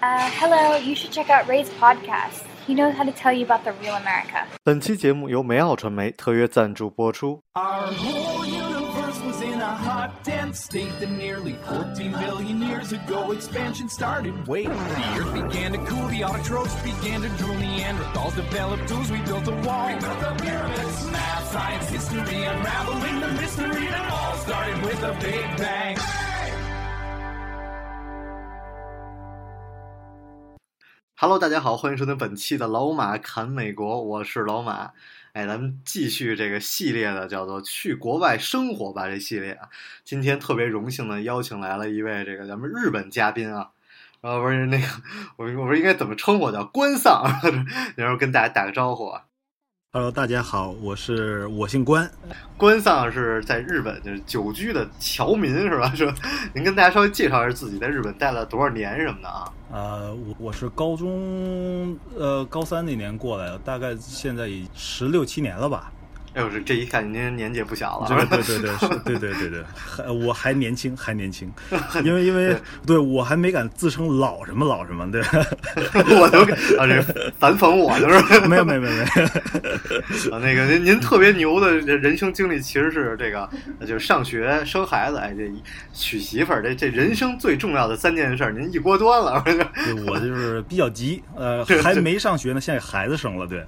Hello, you should check out Ray's podcast. He knows how to tell you about the real America. 本期节目由美奥传媒特约赞助播出。 Our whole universe was in a hot, dense state that nearly 14 billion years ago expansion started. Wait, the earth began to cool, the autotrophs began to drool, Neanderthals developed tools, we built a wall. We built the pyramids, math, science, history, unraveling the mystery that all started with a big bang. Hello， 大家好，欢迎收听本期的老马侃美国，我是老马。咱们继续这个系列的叫做去国外生活吧这系列啊。今天特别荣幸的邀请来了一位这个咱们日本嘉宾啊，然后不是那个我不是应该怎么称呼叫关丧，然后跟大家打个招呼啊。 Hello， 大家好，我姓关， 关丧是在日本就是久居的侨民是吧？说您跟大家稍微介绍一下自己在日本待了多少年什么的啊？ 我是高中高三那年过来的，大概现在也16、17年了吧。 哎呦，这一看您年纪也不小了。 对，我还年轻，因为对我还没敢自称老什么，对。 我都这反讽我的是吧？ 没有。 那个您特别牛的人生经历其实是这个，就是上学、生孩子，这娶媳妇儿，这人生最重要的3件事，您一锅端了。 对，我就是比较急，还没上学呢，现在孩子生了，对。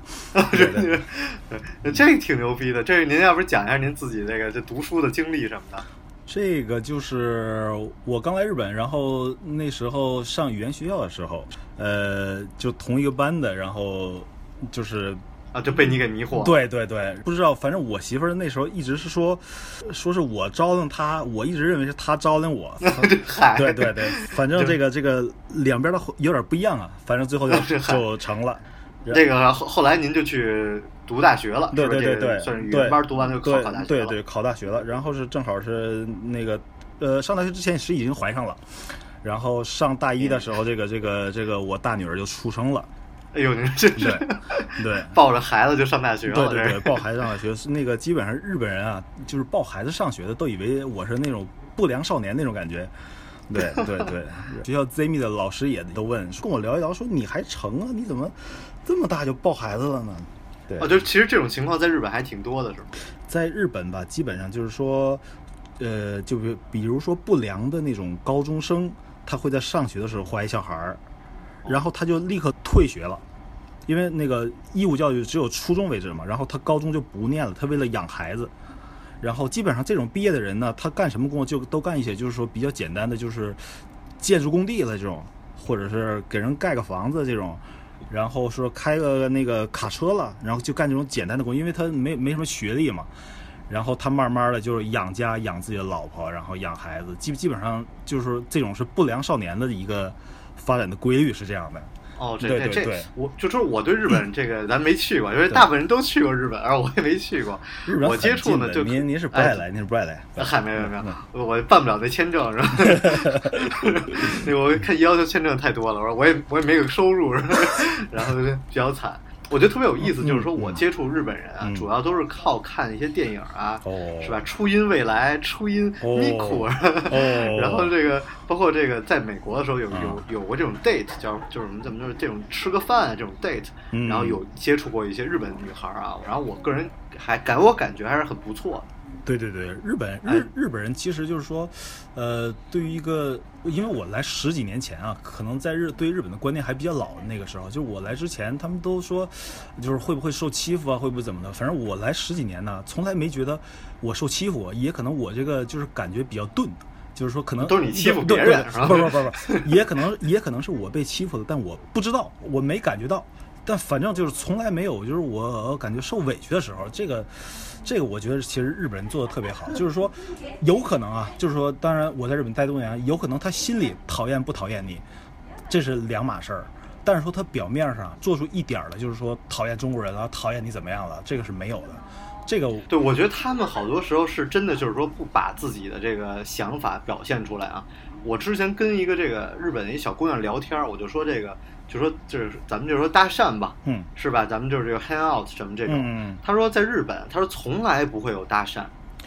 这挺牛逼的，这您要不是讲一下您自己这读书的经历什么的？ 这个就是我刚来日本，然后那时候上语言学校的时候，就同一个班的，然后就是就被你给迷惑。 对，不知道，反正我媳妇儿那时候一直是说是我招揽她，我一直认为是她招揽我。对，反正这个两边的有点不一样啊，反正最后就成了。 这个后来您就去读大学了， 对， 算是语言班读完就考大学了。 对，考大学了，然后是正好是那个上大学之前是已经怀上了，然后上大一的时候，这个我大女儿就出生了。 哎呦，您这是对， 抱着孩子就上大学了。 对，抱孩子上大学，那个基本上日本人啊，就是抱孩子上学的都以为我是那种不良少年那种感觉。对，学校 ZMI 的老师也都问，跟我聊一聊，说你还成啊？你怎么这么大就抱孩子了呢？对， 就其实这种情况在日本还挺多的，是吗？ 在日本吧，基本上就是说，就比如说不良的那种高中生，他会在上学的时候怀小孩，然后他就立刻退学了，因为那个义务教育只有初中为止嘛，然后他高中就不念了，他为了养孩子。然后基本上这种毕业的人呢，他干什么工作就都干一些就是说比较简单的，就是建筑工地了这种，或者是给人盖个房子这种，然后说开个那个卡车了，然后就干这种简单的工，因为他没什么学历嘛。然后他慢慢的就是养家，养自己的老婆，然后养孩子，基本上就是这种是不良少年的一个发展的规律是这样的。对， 我就说我对日本这个咱没去过，因为大部分人都去过日本，而我也没去过。 日本我接触呢，就您是不爱来，您是不爱来。 嗨，没有，我办不了那签证是吧？那个我看要求签证太多了，我也没有收入是吧？然后就比较惨。我觉得特别有意思，就是说我接触日本人啊，主要都是靠看一些电影啊，是吧？初音未来、初音 Miku，然后这个包括这个在美国的时候有过这种 date， 就是怎么就是这种吃个饭啊这种 date，然后有接触过一些日本女孩啊，然后我个人我感觉还是很不错的。 对，日本人其实就是说，对于一个，因为我来10几年前啊，可能对日本的观念还比较老，那个时候，就是我来之前，他们都说，就是会不会受欺负啊，会不会怎么的，反正我来10几年呢，从来没觉得我受欺负，也可能我这个就是感觉比较钝，就是说可能都是你欺负别人，是吧？ 不，也可能是我被欺负了，但我不知道，我没感觉到，但反正就是从来没有，就是我感觉受委屈的时候，这个我觉得其实日本人做的特别好，就是说有可能啊，就是说当然我在日本待多年，有可能他心里讨厌不讨厌你，这是两码事儿，但是说他表面上做出一点的就是说讨厌中国人了，讨厌你怎么样了，这个是没有的。这个对，我觉得他们好多时候是真的就是说不把自己的这个想法表现出来啊。我之前跟一个这个日本的一小姑娘聊天，我就说这个就是咱们就说搭讪吧，是吧？咱们就是这个 hang out 什么这种。他说在日本，他说从来不会有搭讪。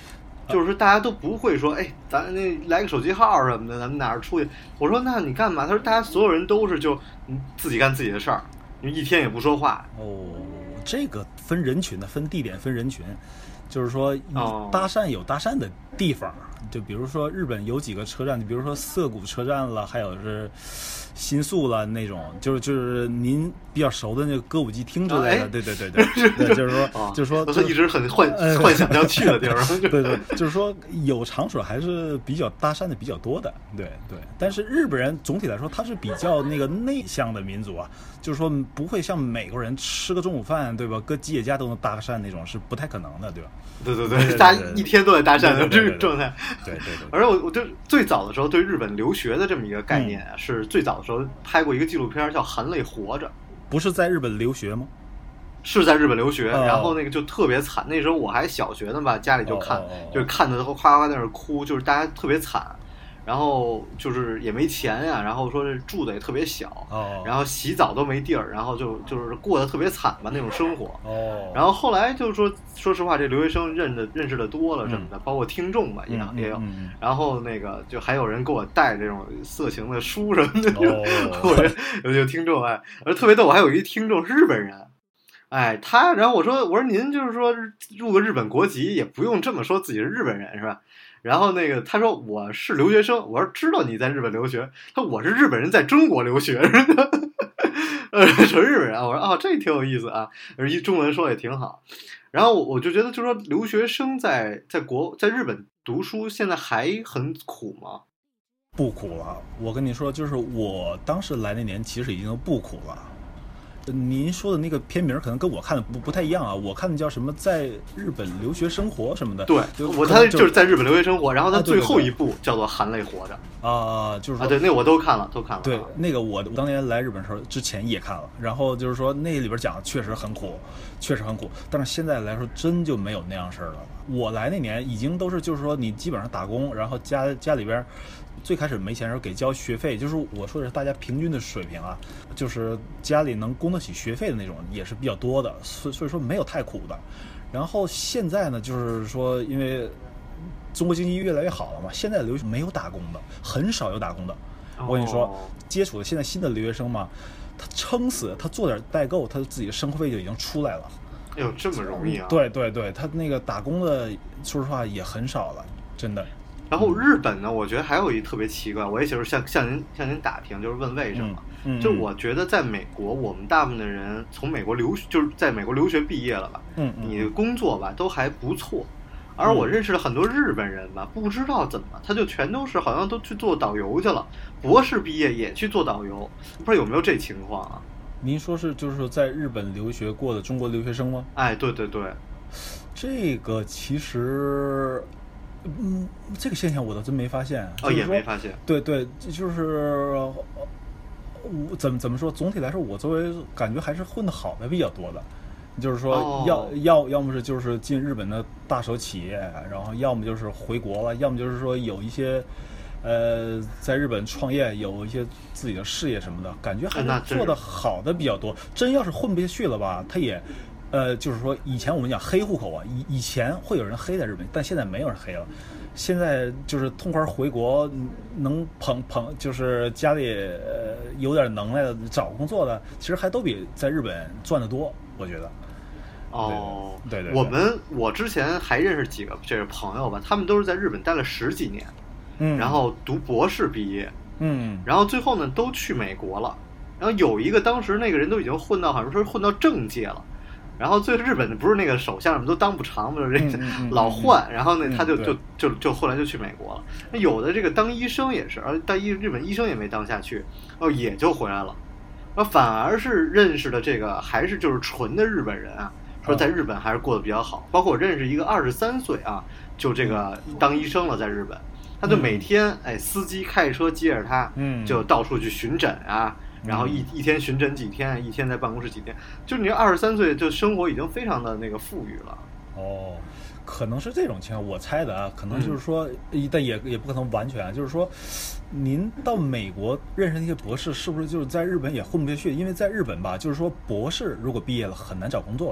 就是说大家都不会说，哎，咱那来个手机号什么的，咱们哪儿出去？我说那你干嘛？他说大家所有人都是就自己干自己的事儿，你一天也不说话。 哦，这个分人群的，分地点，分人群，就是说搭讪有搭讪的地方，就比如说日本有几个车站，比如说涩谷车站了，还有是新宿了那种，就是您比较熟的那个歌舞伎町之类的，对，就是说，就是说， 他一直很幻想要去的地儿， 对，就是说有场所还是比较搭讪的比较多的，对。但是日本人总体来说他是比较那个内向的民族啊，就是说不会像美国人吃个中午饭，对吧？搁吉野家都能搭讪那种是不太可能的，对吧？ 对，大家一天都在搭讪的这个状态。 对。 而且我就最早的时候对日本留学的这么一个概念啊，是最早的时候拍过一个纪录片叫《含泪活着》。 不是在日本留学吗？ 是在日本留学，然后那个就特别惨。那时候我还小学呢吧，家里就看，就是看的夸夸在那儿哭，就是大家特别惨。然后就是也没钱呀，然后说是住的也特别小，然后洗澡都没地儿，然后就是过得特别惨吧那种生活。然后后来就是说实话，这留学生认识的多了什么的，包括听众吧也有。然后那个就还有人给我带这种色情的书什么的，我就听众而特别逗，我还有一听众日本人。然后我说您就是说入个日本国籍也不用这么说自己是日本人是吧？然后那个他说我是留学生，我说知道你在日本留学，他说我是日本人在中国留学，说日本人，我说这挺有意思啊，一中文说也挺好。然后我就觉得就是说留学生在日本读书现在还很苦吗？ 不苦了，我跟你说，就是我当时来那年其实已经不苦了。您说的那个片名可能跟我看的不太一样啊，我看的叫什么在日本留学生活什么的。 对，他就是在日本留学生活，然后他最后一部叫做含泪活着就是说对，那我都看了。 对，那个我当年来日本的时候之前也看了，然后就是说那里边讲确实很苦，但是现在来说真就没有那样事儿了。我来那年已经都是就是说你基本上打工，然后家里边最开始没钱的时候给交学费，就是我说的是大家平均的水平啊，就是家里能供得起学费的那种也是比较多的，所以说没有太苦的。然后现在呢，就是说因为中国经济越来越好了嘛，现在留学没有打工的，很少有打工的。我跟你说，接触的现在新的留学生嘛，他撑死他做点代购，他自己的生活费就已经出来了。 哎呦，这么容易啊！ 对，他那个打工的，说实话也很少了，真的。 然后日本呢，我觉得还有一特别奇怪，我也就是向您打听，就是问为什么。就我觉得在美国，我们大部分的人从美国就是在美国留学毕业了吧，你的工作吧都还不错。而我认识了很多日本人吧，不知道怎么他就全都是好像都去做导游去了，博士毕业也去做导游，不知道有没有这情况啊？ 您说是就是说在日本留学过的中国留学生吗？ 对， 这个其实。这个现象我倒真没发现。 也没发现。 对，就是怎么说？总体来说，我周围感觉还是混得好的比较多的。就是说，要么是就是进日本的大手企业，然后要么就是回国了，要么就是说有一些在日本创业，有一些自己的事业什么的，感觉还是做得好的比较多。真要是混不下去了吧，他也。就是说，以前我们讲黑户口啊，以前会有人黑在日本，但现在没有人黑了。现在就是痛快回国，能捧，就是家里有点能耐的找工作的，其实还都比在日本赚得多，我觉得。对， 我之前还认识几个这个朋友吧，他们都是在日本待了10几年，然后读博士毕业，然后最后呢都去美国了。然后有一个当时那个人都已经混到好像说混到政界了。然后最日本不是那个首相什么都当不长嘛，这个老换，然后呢他就后来就去美国了。那有的这个当医生也是，而日本医生也没当下去，也就回来了。反而是认识的这个还是就是纯的日本人啊，说在日本还是过得比较好。包括我认识一个23岁啊，就这个当医生了，在日本，他就每天司机开车接着他，就到处去巡诊啊。然后一天巡诊几天，一天在办公室几天，就是你23岁就生活已经非常的那个富裕了。 可能是这种情况，我猜的啊，可能就是说，但也不可能完全啊，就是说，您到美国认识那些博士，是不是就是在日本也混不下去？因为在日本吧，就是说博士如果毕业了很难找工作的。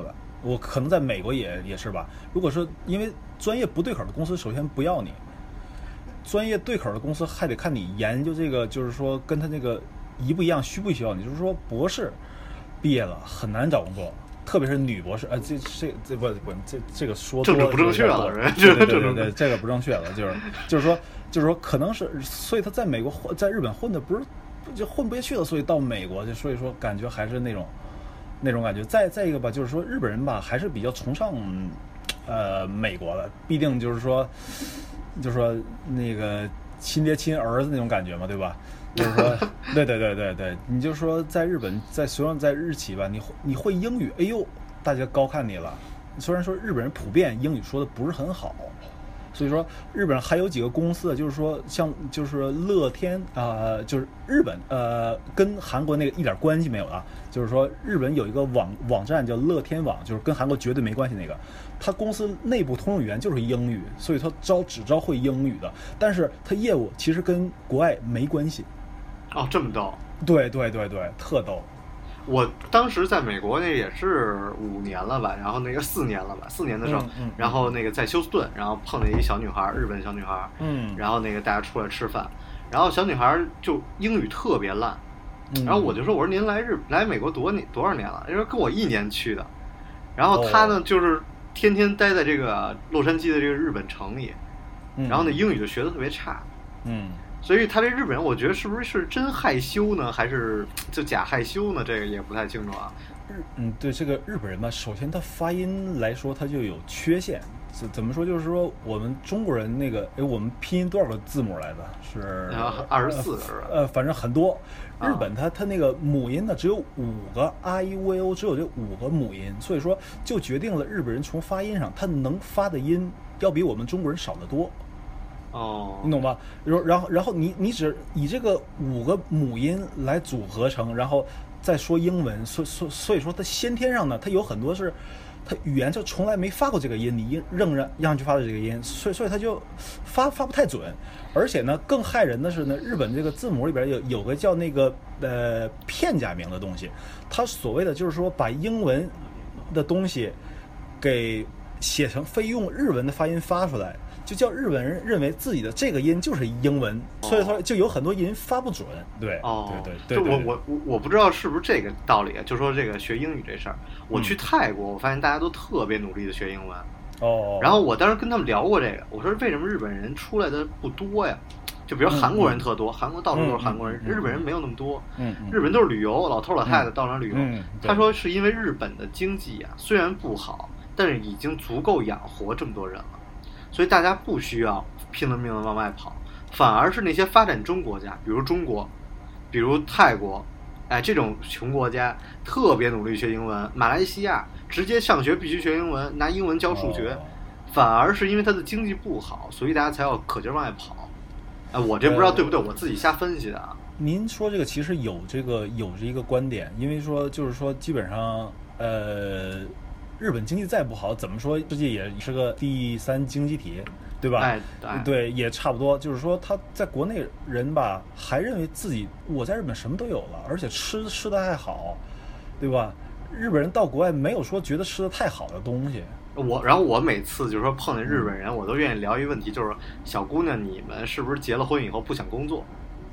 我可能在美国也是吧。如果说因为专业不对口的公司，首先不要你，专业对口的公司还得看你研究这个，就是说跟他那个一不一样，需不需要你。就是说博士毕业了很难找工作，特别是女博士，这个说多政治不正确了， 对，这个不正确了，就是说可能是，所以他在美国在日本混的不是就混不下去了，所以到美国就所以说感觉还是那种感觉。再一个吧，就是说日本人吧还是比较崇尚美国的，必定就是说那个亲爹亲儿子那种感觉嘛，对吧？就是说，对，你就说在日本，虽然在日企吧，你会英语，哎呦，大家高看你了。虽然说日本人普遍英语说的不是很好，所以说日本还有几个公司，就是说就是乐天就是日本跟韩国那个一点关系没有啊。就是说日本有一个网站叫乐天网，就是跟韩国绝对没关系那个。他公司内部通用语言就是英语，所以他只招会英语的，但是他业务其实跟国外没关系。 哦，这么逗。 对，特逗。 我当时在美国那也是5年了吧，然后那个4年了吧，4年的时候，然后那个在休斯顿，然后碰见一小女孩，日本小女孩，然后那个大家出来吃饭，然后小女孩就英语特别烂，然后我就说，我说您来美国多少年了？因为跟我1年去的，然后她呢就是天天待在这个洛杉矶的这个日本城里，然后呢英语就学得特别差，所以他这日本人，我觉得是不是真害羞呢，还是就假害羞呢？这个也不太清楚啊。 对，这个日本人吧，首先他发音来说，他就有缺陷。怎么说？就是说我们中国人那个，我们拼音多少个字母来的？是 24是吧？ 反正很多。日本他那个母音呢，只有5个 ，a i v o， 只有这5个母音，所以说就决定了日本人从发音上，他能发的音要比我们中国人少得多。你懂吧？然后你只以这个5个母音来组合成，然后再说英文，所以说它先天上呢，它有很多是它语言就从来没发过这个音，你让上去发的这个音，所以它就发不太准。而且呢，更害人的是呢，日本这个字母里边有个叫那个片假名的东西，它所谓的就是说把英文的东西给写成非用日文的发音发出来。就叫日本人认为自己的这个音就是英文，所以说就有很多音发不准。对，对。 我不知道是不是这个道理，就说这个学英语这事儿，我去泰国，我发现大家都特别努力的学英文。然后我当时跟他们聊过这个，我说为什么日本人出来的不多呀？就比如韩国人特多，韩国到处都是韩国人，日本人没有那么多。日本都是旅游，老头老太太到哪旅游。他说是因为日本的经济啊虽然不好，但是已经足够养活这么多人了。所以大家不需要拼了命的往外跑，反而是那些发展中国家，比如中国，比如泰国，这种穷国家特别努力学英文。马来西亚直接上学必须学英文，拿英文教数学，反而是因为它的经济不好，所以大家才要可劲往外跑。我这不知道对不对，我自己瞎分析的啊。 您说这个其实有这一个观点，因为说就是说基本上日本经济再不好，怎么说世界也是个第3经济体，对吧？对，也差不多。就是说他在国内人吧，还认为自己我在日本什么都有了，而且吃的还好，对吧？日本人到国外没有说觉得吃的太好的东西。 然后我每次就是说碰见日本人，我都愿意聊一个问题，就是小姑娘，你们是不是结了婚以后不想工作？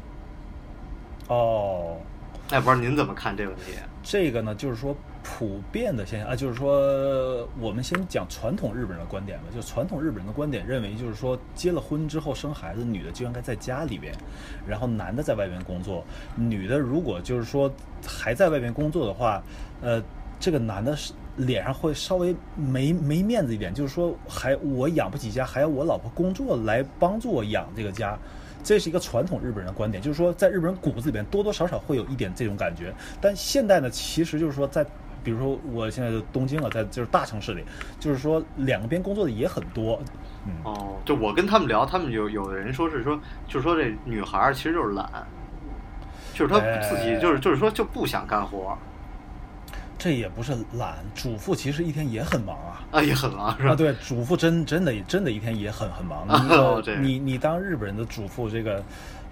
不知道您怎么看这个问题？ 这个呢，就是说普遍的现象就是说我们先讲传统日本人的观点吧。就传统日本人的观点认为，就是说结了婚之后生孩子，女的就应该在家里边，然后男的在外边工作。女的如果就是说还在外边工作的话，这个男的脸上会稍微没面子一点，就是说我养不起家，还要我老婆工作来帮助我养这个家。这是一个传统日本人的观点，就是说在日本人骨子里边多多少少会有一点这种感觉。但现在呢，其实就是说在比如说我现在的东京啊，在就是大城市里，就是说两边工作的也很多。 就我跟他们聊，他们有的人说是说，就是说这女孩其实就是懒，就是她自己就是说就不想干活。 这也不是懒，主妇其实一天也很忙啊。 也很忙是吧？ 对，主妇真的一天也很忙。你当日本人的主妇，这个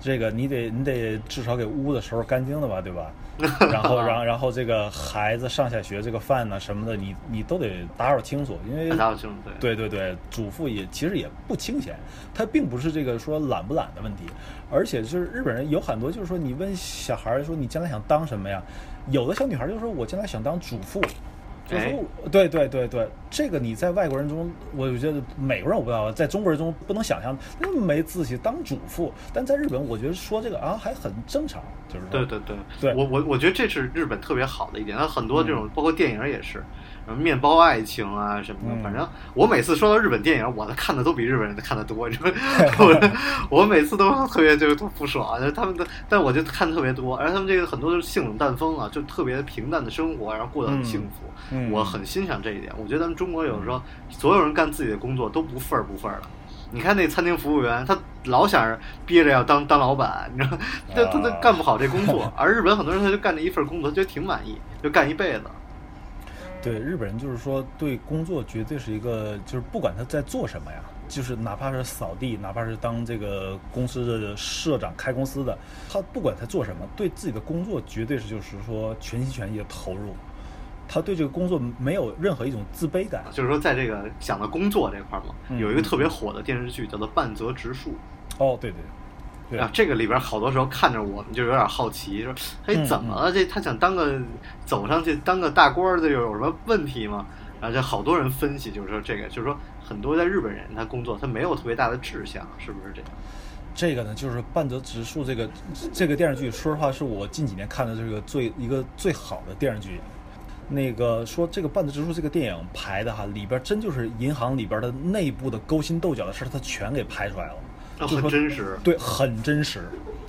这个你得至少给屋子收拾干净的吧，对吧？然后这个孩子上下学这个饭呢什么的，你都得打扫清楚，因为打扫清楚， 对，主妇其实也不清闲，他并不是这个说懒不懒的问题，而且就是日本人有很多就是说你问小孩说你将来想当什么呀，有的小女孩就说我将来想当主妇。就是说对，这个你在外国人中，我觉得美国人我不知道，在中国人中不能想象那么没志气当主妇，但在日本我觉得说这个还很正常，就是说对，我觉得这是日本特别好的一点，它很多这种包括电影也是。面包爱情啊什么的，反正我每次说到日本电影，我看的都比日本人看的多，你知道吗？我每次都特别就不爽，他们的，但我就看的特别多，而他们这个很多都是性冷淡风啊，就特别平淡的生活，然后过得很幸福，我很欣赏这一点。我觉得咱们中国有时候所有人干自己的工作都不份儿的。你看那餐厅服务员，他老想着憋着要当老板，你知道，他干不好这工作。而日本很多人他就干这一份工作，觉得挺满意，就干一辈子。 对日本人就是说对工作绝对是一个，就是不管他在做什么呀，就是哪怕是扫地，哪怕是当这个公司的社长开公司的，他不管他做什么，对自己的工作绝对是就是说全心全意的投入，他对这个工作没有任何一种自卑感。 就是说在这个想到工作这块嘛，有一个特别火的电视剧叫做《半泽直树》。 哦，对。 啊，这个里边好多时候看着我们就有点好奇，说怎么了？这他想走上去当个大官，这有什么问题吗？然后就好多人分析，就是说这个，就是说很多在日本人他工作他没有特别大的志向，是不是这样？ 这个呢，就是半泽直树这个电视剧，说实话是我近几年看的这个一个最好的电视剧。那个说这个半泽直树这个电影拍的里边真就是银行里边的内部的勾心斗角的事，他全给拍出来了。 很真实， 对，很真实。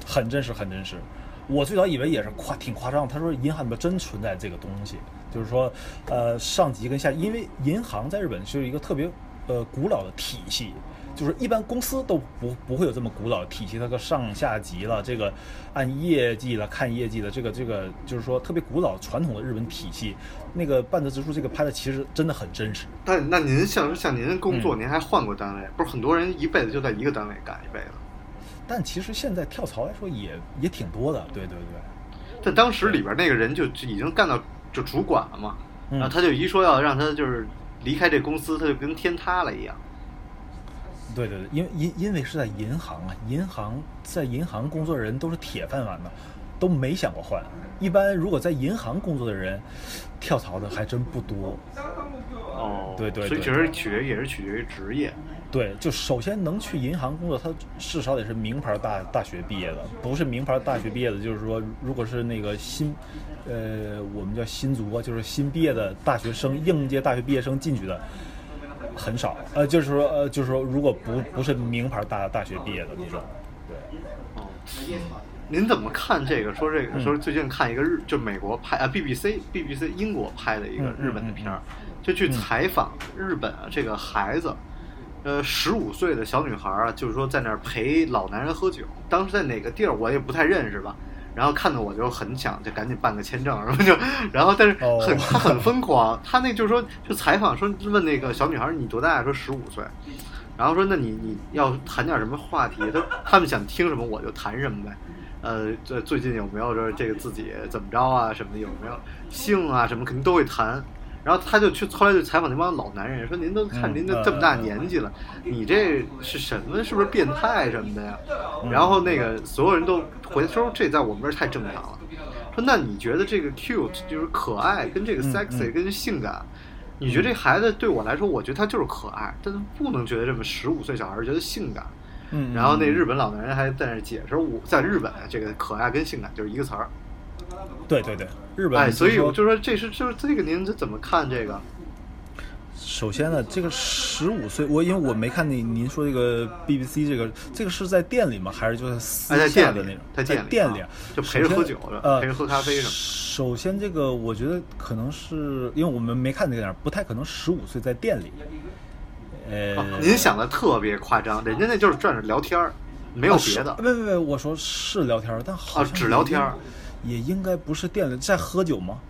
我最早以为也是挺夸张，他说银行里面真存在这个东西，就是说，上级跟下级，因为银行在日本是一个特别古老的体系，就是一般公司都不会有这么古老的体系，它个上下级了，这个按业绩了看业绩的，这个就是说特别古老传统的日本体系。那个半泽直树这个拍的其实真的很真实。 但那您像您工作，您还换过单位？不是很多人一辈子就在一个单位干一辈子。 但其实现在跳槽来说也挺多的，对。 在当时里边那个人就已经干到就主管了嘛，然后他就一说要让他就是离开这公司，他就跟天塌了一样。 对，因为是在银行啊，在银行工作的人都是铁饭碗的，都没想过换。一般如果在银行工作的人，跳槽的还真不多。 哦， 对， 所以其实也是取决于职业。 对，就首先能去银行工作，他至少得是名牌大学毕业的，不是名牌大学毕业的，就是说，如果是那个我们叫新卒啊，就是新毕业的大学生，应届大学毕业生进去的很少。就是说，如果不是名牌大学毕业的那种，对。 哦，您怎么看这个？说最近看一个就美国拍BBC 英国拍的一个日本的片儿，就去采访日本这个孩子。15岁的小女孩啊，就是说在那儿陪老男人喝酒。当时在哪个地儿我也不太认识吧，然后看到我就很想就赶紧办个签证，然后但是他很疯狂，他那就是说就采访说问那个小女孩你多大？说15岁，然后说那你要谈点什么话题？他们想听什么我就谈什么呗。最近有没有说这个自己怎么着啊什么的，有没有性啊什么肯定都会谈。然后他就后来就采访那帮老男人，说您都看您这么大年纪了，你这是什么？是不是变态什么的呀？然后那个所有人都回说这在我们这儿太正常了。说那你觉得这个 cute 就是可爱，跟这个 sexy 跟性感，你觉得这孩子对我来说，我觉得他就是可爱，但是不能觉得这么15岁小孩觉得性感。然后那日本老男人还在那解释，在日本这个可爱跟性感就是一个词儿。 对，日本。 所以我就说就是这个您怎么看这个？ 首先呢，这个15岁，因为我没看您说这个 BBC 这个是在店里吗？还是就是私下的那种？ 在店里啊， 就陪着喝酒的，陪着喝咖啡什么。 首先这个我觉得可能是因为我们没看那个点，不太可能15岁在店里。 您想的特别夸张，人家那就是转着聊天没有别的。 不，我说是聊天，但好像只聊天。 也应该不是店里在喝酒吗？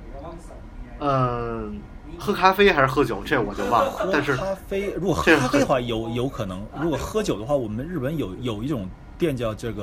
喝咖啡还是喝酒，这我就忘了。但是咖啡，如果喝咖啡的话有可能，如果喝酒的话，我们日本有一种店叫这个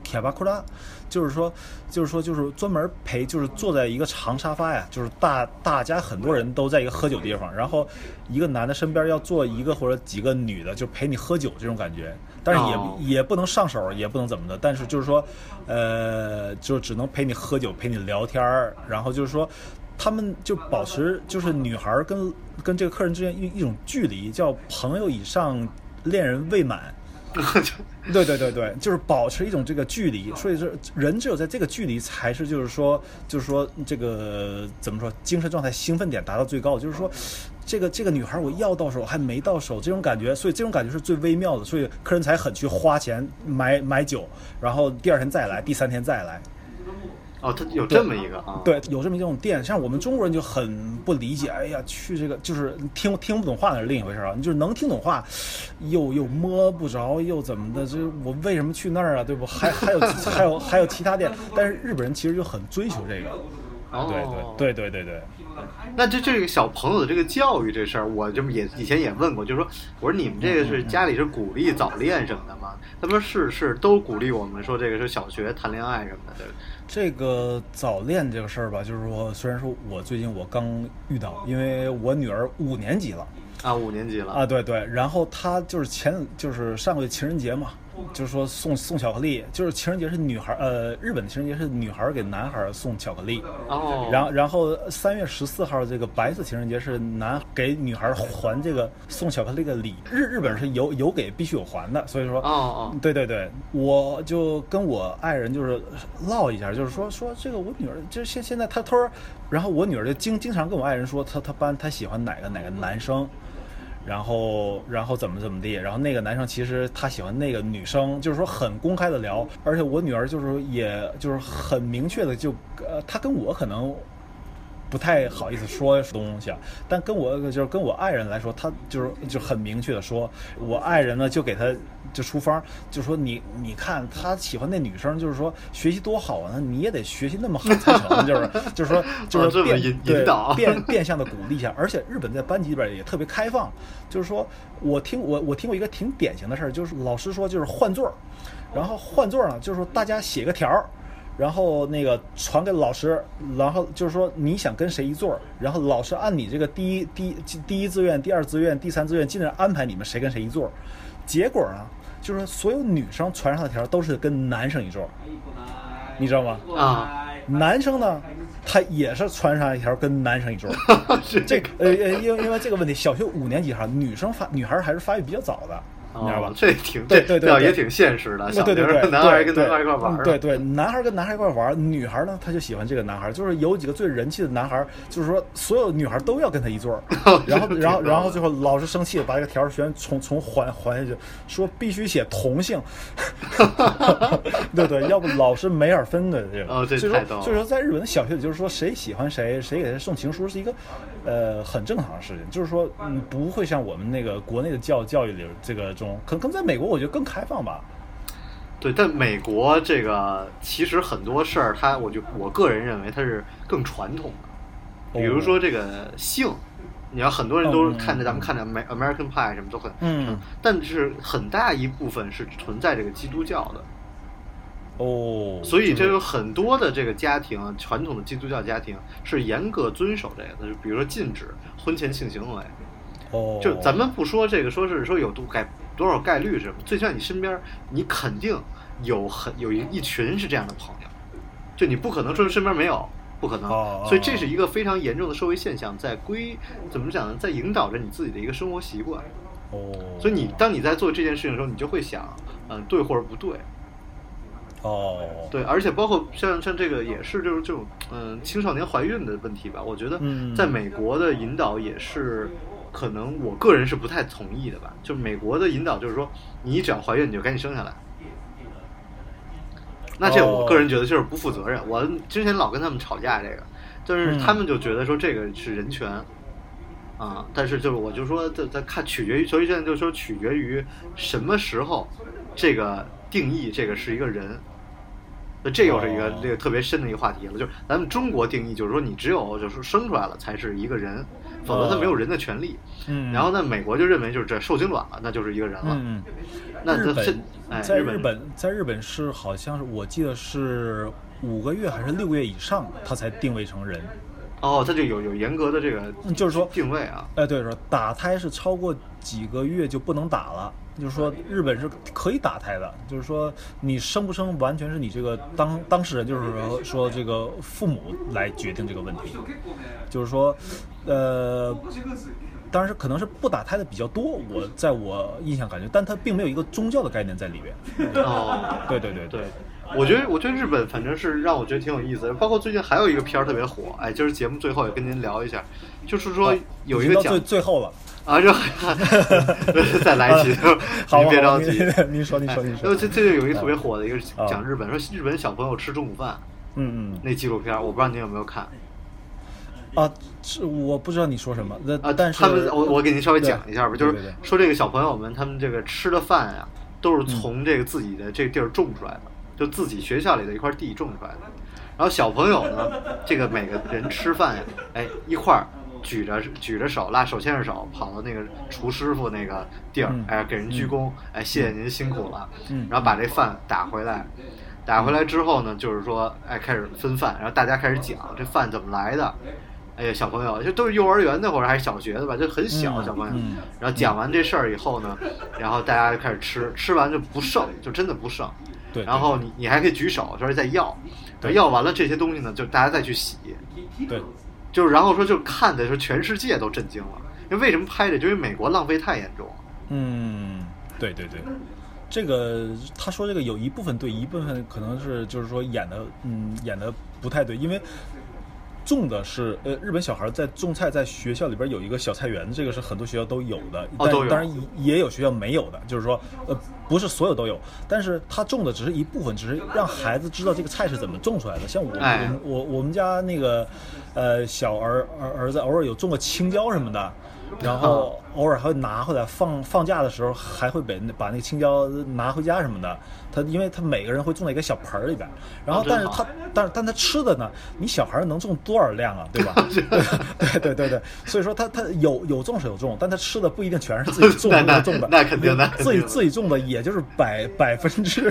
卡巴库拉，就是专门陪，就是坐在一个长沙发呀，就是大家很多人都在一个喝酒地方，然后一个男的身边要坐一个或者几个女的，就陪你喝酒这种感觉。但是也不能上手，也不能怎么的，但是就是说，就只能陪你喝酒，陪你聊天，然后就是说。他们就保持就是女孩跟这个客人之间一种距离，叫朋友以上，恋人未满。对，就是保持一种这个距离，所以说人只有在这个距离才是就是说这个怎么说，精神状态兴奋点达到最高，就是说这个女孩我要到手还没到手这种感觉，所以这种感觉是最微妙的，所以客人才很去花钱买酒，然后第二天再来，第三天再来。 哦，他有这么一个啊， 对，有这么一种店，像我们中国人就很不理解，哎呀，去这个就是听不懂话那是另一回事啊，你就是能听懂话，又摸不着，又怎么的，这我为什么去那儿啊？对不？还有其他店，但是日本人其实就很追求这个。 哦， 对。 那这个小朋友的这个教育这事儿，我这么以前也问过，就是说，我说你们这个是家里是鼓励早恋什么的吗？他们说是都鼓励我们说这个是小学谈恋爱什么的。对， 这个早恋这个事儿吧，就是说，虽然说我最近我刚遇到，因为我女儿5年级了。 啊，5年级了啊，对，然后她就是上个月情人节嘛，就是说送巧克力，就是情人节是女孩，日本的情人节是女孩给男孩送巧克力。 哦。 然后3月14号这个白色情人节是男给女孩还这个送巧克力的礼。日本是有给必须有还的，所以说对，我就跟我爱人就是唠一下，就是说这个我女儿就是现在她然后我女儿就经常跟我爱人说她班她喜欢哪个男生。然后怎么地，然后那个男生其实他喜欢那个女生，就是说很公开的聊，而且我女儿就是也就是很明确的她跟我可能不太好意思说东西啊，但跟我爱人来说，他就很明确的说，我爱人呢就给他就出方，就说你看他喜欢那女生，就是说学习多好啊，你也得学习那么好才成，就是说引导变相的鼓励一下，而且日本在班级里边也特别开放，就是说我听过一个挺典型的事儿，就是老师说就是换座，然后换座呢就是说大家写个条。然后那个传给老师，然后就是说你想跟谁一座，然后老师按你这个第一志愿、第二志愿、第三志愿尽量安排你们谁跟谁一座。结果呢，就是说所有女生传上的条都是跟男生一座，你知道吗？ 啊， 男生呢，他也是传上一条跟男生一座。这个因为这个问题，小学5年级哈，女孩还是发育比较早的。你知道吧？ 这也挺现实的。 对， 男孩跟男孩一块玩。 对，男孩跟男孩一块玩，女孩呢，她就喜欢这个男孩。就是有几个最人气的男孩，就是说所有女孩都要跟他一座。然后最后老师生气了，把这个条全重还下去，说必须写同性。对，要不老师没法分的这个。 这太逗了。 所以说在日本小学里，就是说谁喜欢谁给他送情书是一个很正常的事情，就是说不会像我们那个国内的教育里这个。可能在美国我觉得更开放吧。 对，但美国这个其实很多事儿，我个人认为它是更传统的。比如说这个性，你要很多人都看着咱们看着 American Pie 什么都很但是很大一部分是存在这个基督教的。所以这有很多的这个家庭，传统的基督教家庭是严格遵守这个的，比如说禁止婚前性行为。就咱们不说这个，说是说有多少概率是什么，最起码你身边你肯定有一群是这样的朋友，就你不可能说身边没有，不可能。所以这是一个非常严重的社会现象，怎么讲呢，在引导着你自己的一个生活习惯。所以当你在做这件事情的时候，你就会想，对或者不对。对，而且包括像这个也是就是这种青少年怀孕的问题吧，我觉得在美国的引导也是。可能我个人是不太同意的吧，就美国的引导就是说，你只要怀孕你就赶紧生下来。那这我个人觉得就是不负责任。我之前老跟他们吵架这个，就是他们就觉得说这个是人权啊，但是就是我就说在看取决于，所以现在就说取决于什么时候这个定义这个是一个人。 那这又是一个这个特别深的一个话题了。就是咱们中国定义，就是说你只有就是生出来了才是一个人，否则他没有人的权利。然后呢，美国就认为就是这受精卵了，那就是一个人了。那在日本是好像是我记得是5个月还是6个月以上，他才定位成人。 哦，它就有严格的这个， 就是说定位啊。 对，说打胎是超过几个月就不能打了。就是说日本是可以打胎的，就是说你生不生完全是你这个当事人，就是说这个父母来决定这个问题。就是说，当然是可能是不打胎的比较多，在我印象感觉，但它并没有一个宗教的概念在里边。对。 我觉得日本反正是让我觉得挺有意思的，包括最近还有一个片儿特别火，今儿节目最后也跟您聊一下，就是说有一个讲最后了啊，就再来一期，您别着急， 您说。 这就有一个特别火的一个讲日本，说日本小朋友吃中午饭，那纪录片我不知道您有没有看。 我不知道你说什么，但是他们我给您稍微讲一下吧，就是说这个小朋友们他们这个吃的饭呀，都是从这个自己的这个地儿种出来的。就自己学校里的一块地种出来的，然后小朋友呢，这个每个人吃饭呀，一块儿举着手，手牵着手，跑到那个厨师傅那个地儿，给人鞠躬，谢谢您辛苦了，然后把这饭打回来之后呢，就是说，开始分饭，然后大家开始讲这饭怎么来的。小朋友就都是幼儿园的或者还是小学的吧，就很小小朋友。然后讲完这事儿以后呢，然后大家就开始吃完就不剩，就真的不剩。 对， 然后你还可以举手，说再要，要完了这些东西呢，就大家再去洗。 对， 就是然后说就看的时候，全世界都震惊了。因为什么拍这？就因为美国浪费太严重了。 对，这个他说这个有一部分对，一部分可能是就是说演的不太对，因为。种的是日本小孩在种菜，在学校里边有一个小菜园，这个是很多学校都有的，当然也有学校没有的，就是说不是所有都有，但是他种的只是一部分，只是让孩子知道这个菜是怎么种出来的。像我们家那个小儿子偶尔有种个青椒什么的，然后偶尔还会拿回来放假的时候还会把那个青椒拿回家什么的。因为他每个人会种在一个小盆里边，然后但他吃的呢，你小孩能种多少量啊，对吧？对，所以说他有种是有种，但他吃的不一定全是自己种的， 那肯定的， 自己种的也就是1%，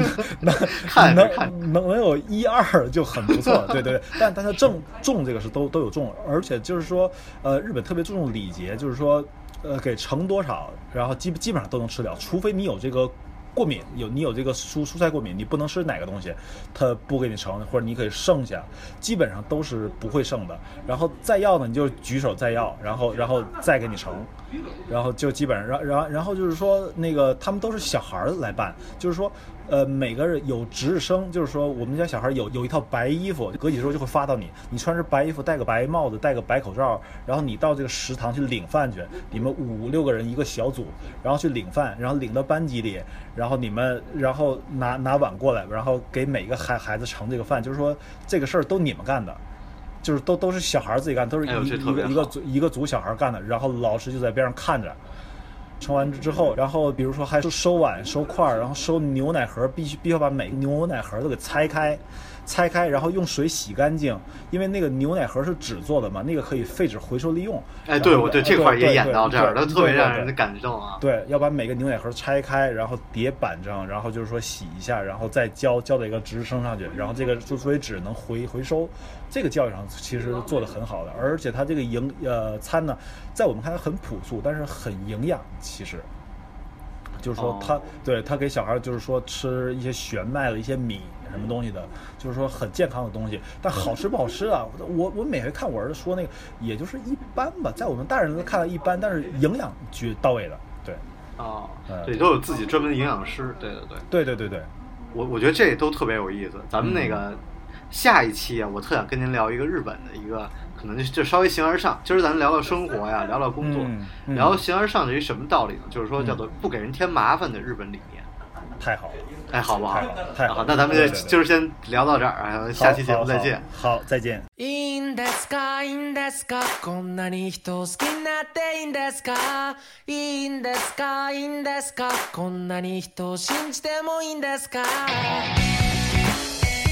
能有1-2就很不错，对，但他种这个是都有种，而且就是说日本特别注重礼节，就是说给盛多少，然后基本上都能吃了，除非你有这个。过敏你有这个蔬菜过敏，你不能吃哪个东西，他不给你盛，或者你可以剩下，基本上都是不会剩的。然后再要呢，你就举手再要，然后再给你盛，然后就基本上然后就是说那个他们都是小孩来办，就是说每个人有值日生，就是说我们家小孩有一套白衣服，隔几周就会发到你穿着白衣服，戴个白帽子，戴个白口罩，然后你到这个食堂去领饭去，你们5-6个人一个小组，然后去领饭，然后领到班级里，然后拿碗过来，然后给每个孩子盛这个饭，就是说这个事儿都你们干的。就是都是小孩自己干，都是一个组小孩干的，然后老师就在边上看着。盛完之后，然后比如说还收碗、收筷，然后收牛奶盒，必须要把每个牛奶盒都给拆开，然后用水洗干净，因为那个牛奶盒是纸做的嘛，那个可以废纸回收利用。 对，我对这块也演到这儿，它特别让人感动啊。 对，要把每个牛奶盒拆开，然后叠板正，然后就是说洗一下，然后再浇到一个值日生上去，然后这个作为纸能回收。这个教育上其实做得很好的，而且它这个餐呢，在我们看来很朴素，但是很营养。其实，就是说他给小孩就是说吃一些玄麦的一些米什么东西的，就是说很健康的东西。但好吃不好吃啊？我每回看我儿子说那个，也就是一般吧，在我们大人都看来一般，但是营养绝到位的。对。 对，都有自己专门的营养师。对。我觉得这都特别有意思。咱们那个。下一期啊，我特想跟您聊一个日本的一个，可能就稍微形而上。今儿咱们聊聊生活呀，聊聊工作，聊形而上的一什么道理呢？就是说叫做不给人添麻烦的日本理念。 太好了， 好不好？ 太好。 那咱们今儿先聊到这儿啊，下期节目再见。 好，再见。 いいんですか、いいんですか、こんなに人好きになっていいんですか、いいんですか、いいんですか、こんなに人を信じてもいいんですか。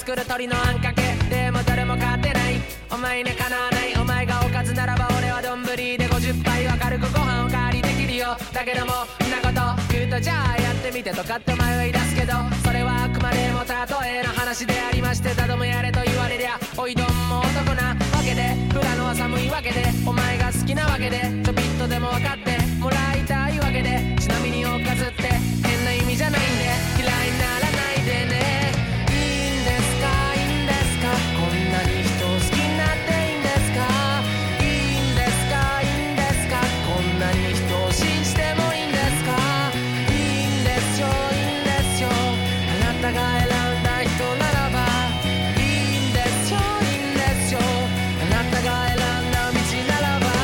作る鳥のあんかけでもどれも勝てない。お前ね叶わない。お前がおかずならば俺は丼で50杯は軽くご飯おかわりできるよ。だけどもんなこと言うとじゃあやってみてとかってお前は言い出すけど、それはあくまでも例えの話でありまして、たどもやれと言われりゃおいどんも男なわけで、富良野は寒いわけで、お前が好きなわけで、ちょびっとでも分かってもらいたいわけで、ちなみにおかずって変な意味じゃないんで嫌いにならないでね。いいんですかいいんですか、こんなに人好きになっていいんですか。いいんですかいいんですか、こんなに人を信じてもいいんですか。いいんですよいいんですよ、あなたが選んだ人ならば。いいんですよいいんですよ、あなたが選んだ道ならば。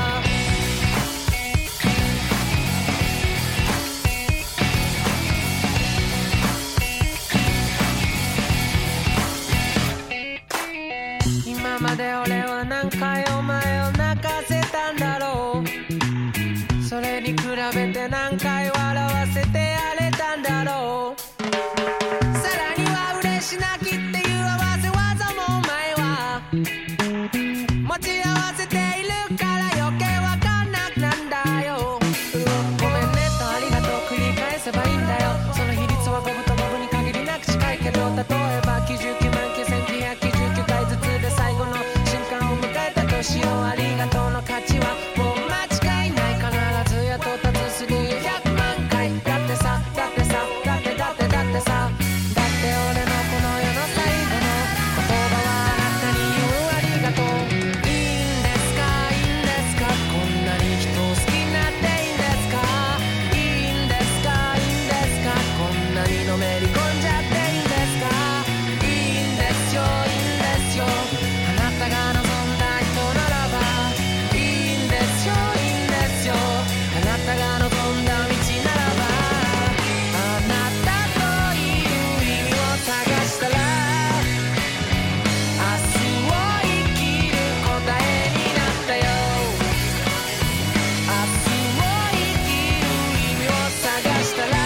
今まで俺は何回お前を泣かせたんだろう。それに比べて何回笑わせてやれたんだろう。さらには嬉し泣きっていう合わせ技もお前は持ち合わせているから余計わかんなくなんだよ。ごめんねとありがとう繰り返せばいいんだよ。その比率は五分と五分に限りなく近いけど、例えば99万9999回ずつで最後の瞬間を迎えたとしよう。ありがとうの価値はもう間違いない。必ずや到達するよ100万回。だってさだってさだってだってだってさ、だって俺のこの世の最後の言葉はあなたに言うありがとう。いいんですかいいんですか、こんなに人を好きになっていいんですか。いいんですかいいんですか、こんなにのめり込んじゃっていいんですか。いいんですよいいんですよ、あなたが望んだ人ならば。いいんですよいいんですよ、あなたが望んだ道ならば。あなたといる意味を探したら明日を生きる答えになったよ。明日を生きる意味を探したら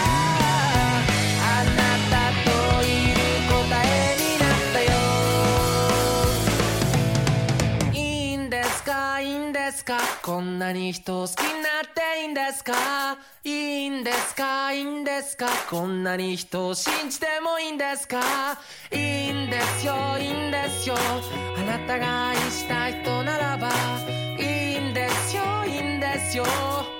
あなたといる答えになったよ。いいんですかいいんですか、こんなに人を好きになっていいんですか。いいんですかいいんですか、こんなに人を信じてもいいんですか。いいんですよいいんですよ、あなたが愛した人ならば。いいんですよいいんですよ。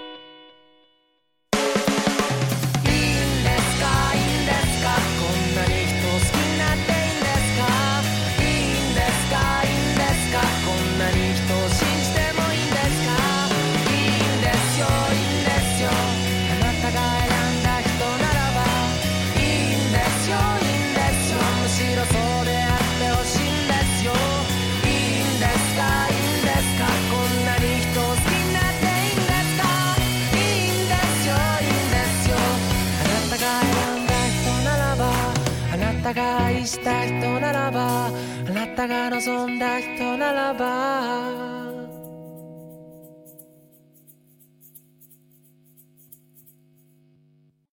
いいんですかいいんですか、こんなに人を好きになっていいんですか。いいんですかいいんですか、こんなに人を信じてもいいんですか。いいんですよいいんですよ、あなたが選んだ人ならば。いいんですよいいんですよ、むしろそうであってほしいんですよ。いいんですかいいんですか、こんなに人を好きになっていいんですか。いいんですよいいんですよ、あなたが選んだ人ならば。あなたが愛した人ならば。あなたが望んだ人ならば。